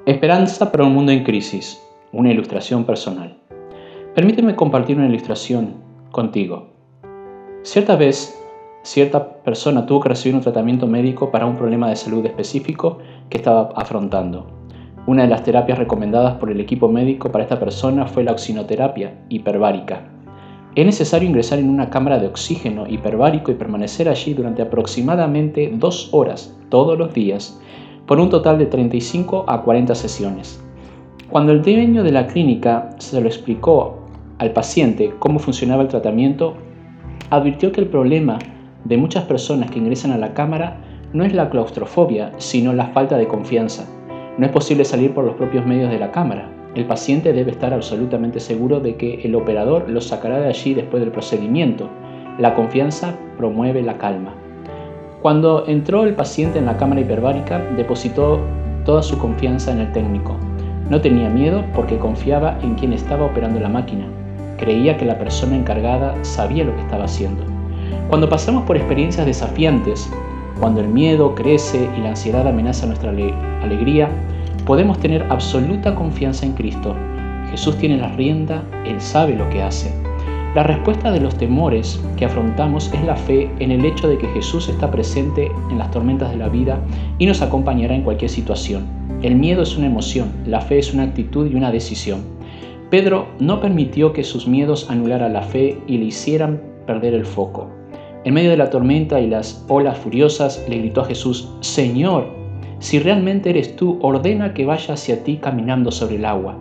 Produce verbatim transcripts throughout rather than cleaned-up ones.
Esperanza para un mundo en crisis, una ilustración personal. Permíteme compartir una ilustración contigo. Cierta vez, cierta persona tuvo que recibir un tratamiento médico para un problema de salud específico que estaba afrontando. Una de las terapias recomendadas por el equipo médico para esta persona fue la oxinoterapia hiperbárica. Es necesario ingresar en una cámara de oxígeno hiperbárico y permanecer allí durante aproximadamente dos horas todos los días, por un total de treinta y cinco a cuarenta sesiones. Cuando el dueño de la clínica se lo explicó al paciente cómo funcionaba el tratamiento, advirtió que el problema de muchas personas que ingresan a la cámara no es la claustrofobia, sino la falta de confianza. No es posible salir por los propios medios de la cámara. El paciente debe estar absolutamente seguro de que el operador lo sacará de allí después del procedimiento. La confianza promueve la calma. Cuando entró el paciente en la cámara hiperbárica, depositó toda su confianza en el técnico. No tenía miedo porque confiaba en quien estaba operando la máquina. Creía que la persona encargada sabía lo que estaba haciendo. Cuando pasamos por experiencias desafiantes, cuando el miedo crece y la ansiedad amenaza nuestra ale- alegría, podemos tener absoluta confianza en Cristo. Jesús tiene la rienda, Él sabe lo que hace. La respuesta de los temores que afrontamos es la fe en el hecho de que Jesús está presente en las tormentas de la vida y nos acompañará en cualquier situación. El miedo es una emoción, la fe es una actitud y una decisión. Pedro no permitió que sus miedos anularan la fe y le hicieran perder el foco. En medio de la tormenta y las olas furiosas, le gritó a Jesús: «Señor, si realmente eres tú, ordena que vaya hacia ti caminando sobre el agua».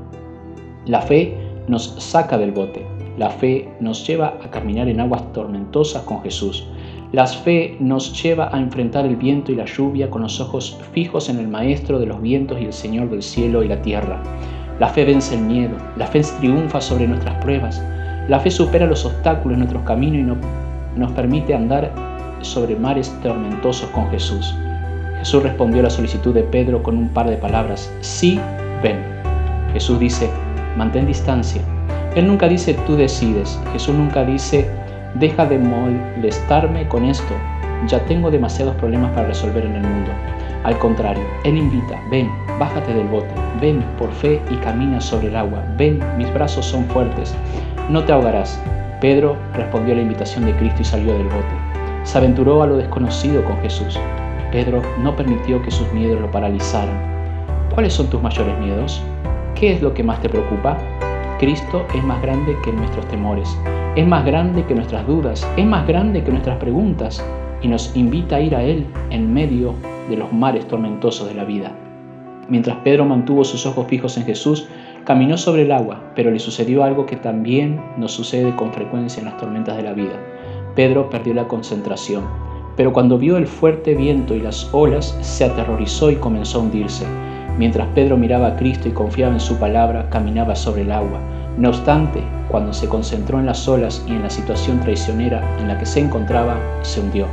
La fe nos saca del bote. La fe nos lleva a caminar en aguas tormentosas con Jesús. La fe nos lleva a enfrentar el viento y la lluvia con los ojos fijos en el Maestro de los vientos y el Señor del cielo y la tierra. La fe vence el miedo. La fe triunfa sobre nuestras pruebas. La fe supera los obstáculos en nuestros caminos y no, nos permite andar sobre mares tormentosos con Jesús. Jesús respondió a la solicitud de Pedro con un par de palabras: «Sí, ven». Jesús dice: «Mantén distancia». Él nunca dice: «Tú decides». Jesús nunca dice: «Deja de molestarme con esto, ya tengo demasiados problemas para resolver en el mundo». Al contrario, Él invita: «Ven, bájate del bote, ven por fe y camina sobre el agua, ven, mis brazos son fuertes, no te ahogarás». Pedro respondió a la invitación de Cristo y salió del bote. Se aventuró a lo desconocido con Jesús. Pedro no permitió que sus miedos lo paralizaran. ¿Cuáles son tus mayores miedos? ¿Qué es lo que más te preocupa? Cristo es más grande que nuestros temores, es más grande que nuestras dudas, es más grande que nuestras preguntas y nos invita a ir a Él en medio de los mares tormentosos de la vida. Mientras Pedro mantuvo sus ojos fijos en Jesús, caminó sobre el agua, pero le sucedió algo que también nos sucede con frecuencia en las tormentas de la vida. Pedro perdió la concentración, pero cuando vio el fuerte viento y las olas, se aterrorizó y comenzó a hundirse. Mientras Pedro miraba a Cristo y confiaba en su palabra, caminaba sobre el agua. No obstante, cuando se concentró en las olas y en la situación traicionera en la que se encontraba, se hundió.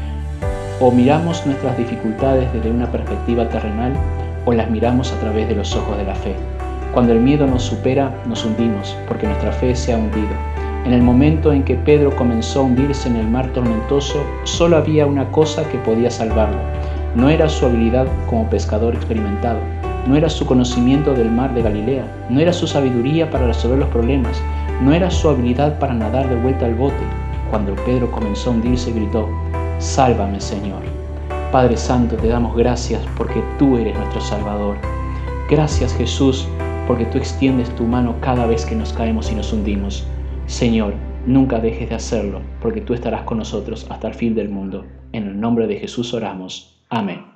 O miramos nuestras dificultades desde una perspectiva terrenal, o las miramos a través de los ojos de la fe. Cuando el miedo nos supera, nos hundimos, porque nuestra fe se ha hundido. En el momento en que Pedro comenzó a hundirse en el mar tormentoso, solo había una cosa que podía salvarlo. No era su habilidad como pescador experimentado, no era su conocimiento del mar de Galilea, no era su sabiduría para resolver los problemas, no era su habilidad para nadar de vuelta al bote. Cuando Pedro comenzó a hundirse, gritó: «Sálvame, Señor». Padre Santo, te damos gracias porque tú eres nuestro Salvador. Gracias, Jesús, porque tú extiendes tu mano cada vez que nos caemos y nos hundimos. Señor, nunca dejes de hacerlo, porque tú estarás con nosotros hasta el fin del mundo. En el nombre de Jesús oramos. Amén.